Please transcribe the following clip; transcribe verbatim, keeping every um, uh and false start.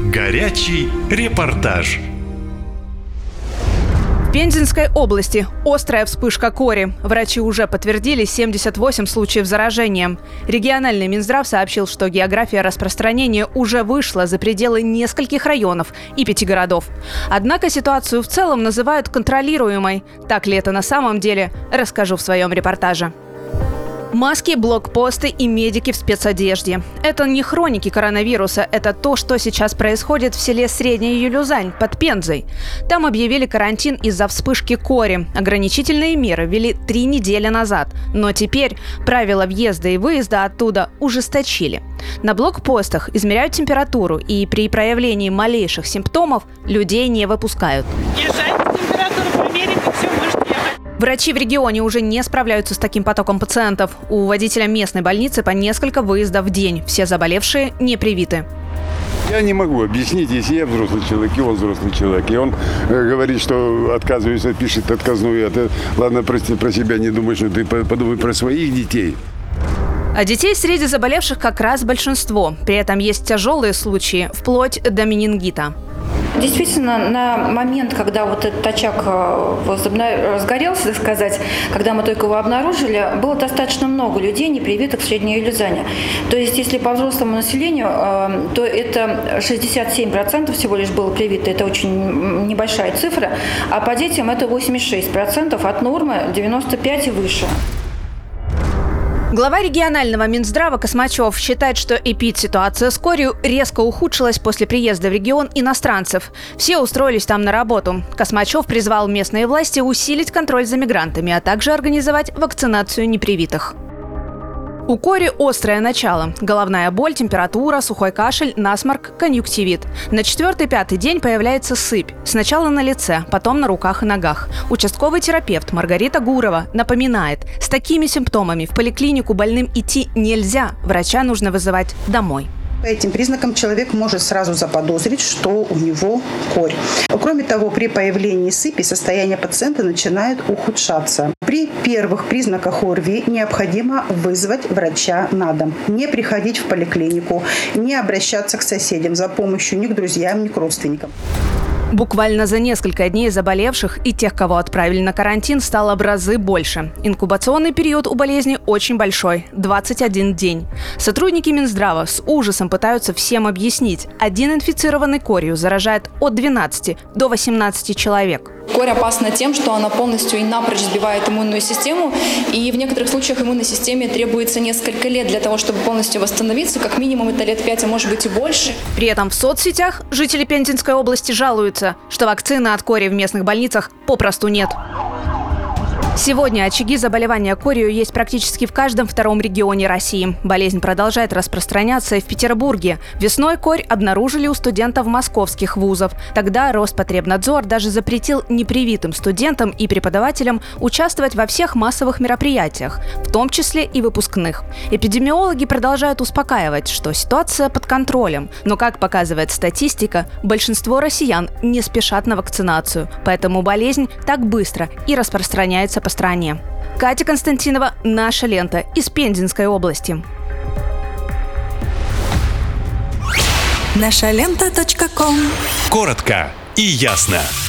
Горячий репортаж. В Пензенской области острая вспышка кори. Врачи уже подтвердили семьдесят восемь случаев заражения. Региональный Минздрав сообщил, что география распространения уже вышла за пределы нескольких районов и пяти городов. Однако ситуацию в целом называют контролируемой. Так ли это на самом деле, расскажу в своем репортаже. Маски, блокпосты и медики в спецодежде. Это не хроники коронавируса, это то, что сейчас происходит в селе Средняя Юлюзань под Пензой. Там объявили карантин из-за вспышки кори. Ограничительные меры ввели три недели назад. Но теперь правила въезда и выезда оттуда ужесточили. На блокпостах измеряют температуру и при проявлении малейших симптомов людей не выпускают. Езжайте, температуру померить, и все, можете ехать. Врачи в регионе уже не справляются с таким потоком пациентов. У водителя местной больницы по несколько выездов в день. Все заболевшие не привиты. Я не могу объяснить, если я взрослый человек, и он взрослый человек. И он э, говорит, что отказывается, пишет отказную. Это, ладно, прости, про себя не думай, что ты подумай про своих детей. А детей среди заболевших как раз большинство. При этом есть тяжелые случаи, вплоть до менингита. Действительно, на момент, когда вот этот очаг разгорелся, так сказать, когда мы только его обнаружили, было достаточно много людей, не привитых в Средней Юлюзани. То есть, если по взрослому населению, то это шестьдесят семь процентов всего лишь было привито, это очень небольшая цифра, а по детям это восемьдесят шесть процентов от нормы, девяносто пять процентов и выше. Глава регионального Минздрава Космачев считает, что эпид-ситуация с корью резко ухудшилась после приезда в регион иностранцев. Все устроились там на работу. Космачев призвал местные власти усилить контроль за мигрантами, а также организовать вакцинацию непривитых. У кори острое начало. Головная боль, температура, сухой кашель, насморк, конъюнктивит. На четвертый-пятый день появляется сыпь. Сначала на лице, потом на руках и ногах. Участковый терапевт Маргарита Гурова напоминает, с такими симптомами в поликлинику больным идти нельзя. Врача нужно вызывать домой. По этим признакам человек может сразу заподозрить, что у него корь. Кроме того, при появлении сыпи состояние пациента начинает ухудшаться. При первых признаках ОРВИ необходимо вызвать врача на дом. Не приходить в поликлинику, не обращаться к соседям за помощью ни к друзьям, ни к родственникам. Буквально за несколько дней заболевших и тех, кого отправили на карантин, стало в разы больше. Инкубационный период у болезни очень большой – двадцать один день. Сотрудники Минздрава с ужасом пытаются всем объяснить. Один инфицированный корью заражает от двенадцати до восемнадцати человек. Корь опасна тем, что она полностью и напрочь сбивает иммунную систему, и в некоторых случаях иммунной системе требуется несколько лет для того, чтобы полностью восстановиться, как минимум это лет пять, а может быть и больше. При этом в соцсетях жители Пензенской области жалуются, что вакцины от кори в местных больницах попросту нет. Сегодня очаги заболевания корью есть практически в каждом втором регионе России. Болезнь продолжает распространяться и в Петербурге. Весной корь обнаружили у студентов московских вузов. Тогда Роспотребнадзор даже запретил непривитым студентам и преподавателям участвовать во всех массовых мероприятиях, в том числе и выпускных. Эпидемиологи продолжают успокаивать, что ситуация под контролем. Но, как показывает статистика, большинство россиян не спешат на вакцинацию. Поэтому болезнь так быстро и распространяется по стране. Катя Константинова, «Наша лента» из Пензенской области. наша лента точка ком. Коротко и ясно.